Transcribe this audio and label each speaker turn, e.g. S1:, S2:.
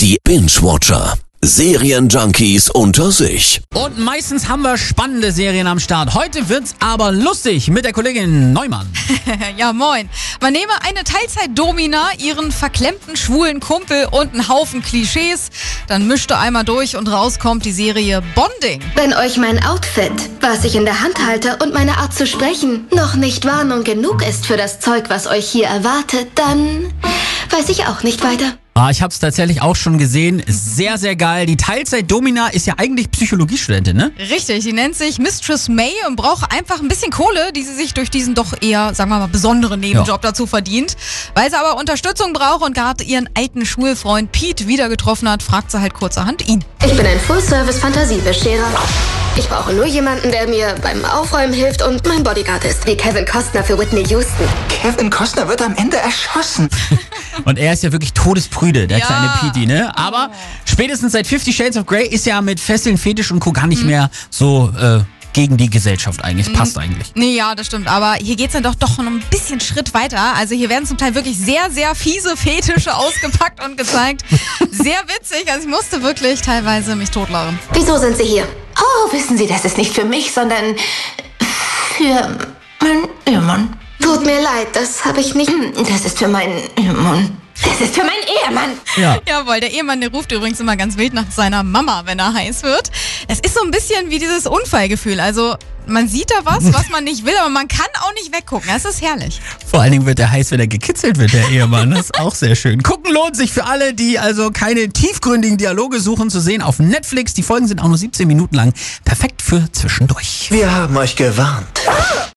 S1: Die Binge-Watcher. Serienjunkies unter sich.
S2: Und meistens haben wir spannende Serien am Start. Heute wird's aber lustig mit der Kollegin Neumann.
S3: Ja, moin. Man nehme eine Teilzeit-Domina, ihren verklemmten schwulen Kumpel und einen Haufen Klischees. Dann mischte einmal durch und raus kommt die Serie Bonding.
S4: Wenn euch mein Outfit, was ich in der Hand halte und meine Art zu sprechen, noch nicht Warnung genug ist für das Zeug, was euch hier erwartet, dann weiß ich auch nicht weiter.
S2: Ich habe es tatsächlich auch schon gesehen. Sehr, sehr geil. Die Teilzeit-Domina ist ja eigentlich Psychologiestudentin, ne?
S3: Richtig, die nennt sich Mistress May und braucht einfach ein bisschen Kohle, die sie sich durch diesen doch eher, sagen wir mal, besonderen Nebenjob dazu verdient. Weil sie aber Unterstützung braucht und gerade ihren alten Schulfreund Pete wieder getroffen hat, fragt sie halt kurzerhand ihn.
S4: Ich bin ein Full-Service-Fantasiebescherer. Ich brauche nur jemanden, der mir beim Aufräumen hilft und mein Bodyguard ist, wie Kevin Costner für Whitney Houston.
S5: Kevin Costner wird am Ende erschossen.
S2: Und er ist ja wirklich todesprüde, der kleine Petey, ne? Aber spätestens seit 50 Shades of Grey ist er mit Fesseln, Fetisch und Co. gar nicht mehr so gegen die Gesellschaft eigentlich. Es passt eigentlich.
S3: Nee, ja, das stimmt. Aber hier geht's dann doch noch ein bisschen Schritt weiter. Also hier werden zum Teil wirklich sehr, sehr fiese Fetische ausgepackt und gezeigt. Sehr witzig. Also ich musste wirklich teilweise mich totlachen.
S4: Wieso sind Sie hier?
S6: Oh, wissen Sie, das ist nicht für mich, sondern für meinen Ehemann.
S4: Tut mir leid, das habe ich nicht...
S6: Das ist für meinen Ehemann. Das ist für meinen Ehemann.
S2: Ja.
S3: Jawohl, der Ehemann, der ruft übrigens immer ganz wild nach seiner Mama, wenn er heiß wird. Es ist so ein bisschen wie dieses Unfallgefühl. Also man sieht da was man nicht will, aber man kann auch nicht weggucken. Das ist herrlich.
S2: Vor allen Dingen wird er heiß, wenn er gekitzelt wird, der Ehemann. Das ist auch sehr schön. Gucken lohnt sich für alle, die also keine tiefgründigen Dialoge suchen, zu sehen auf Netflix. Die Folgen sind auch nur 17 Minuten lang. Perfekt für zwischendurch.
S5: Wir haben euch gewarnt.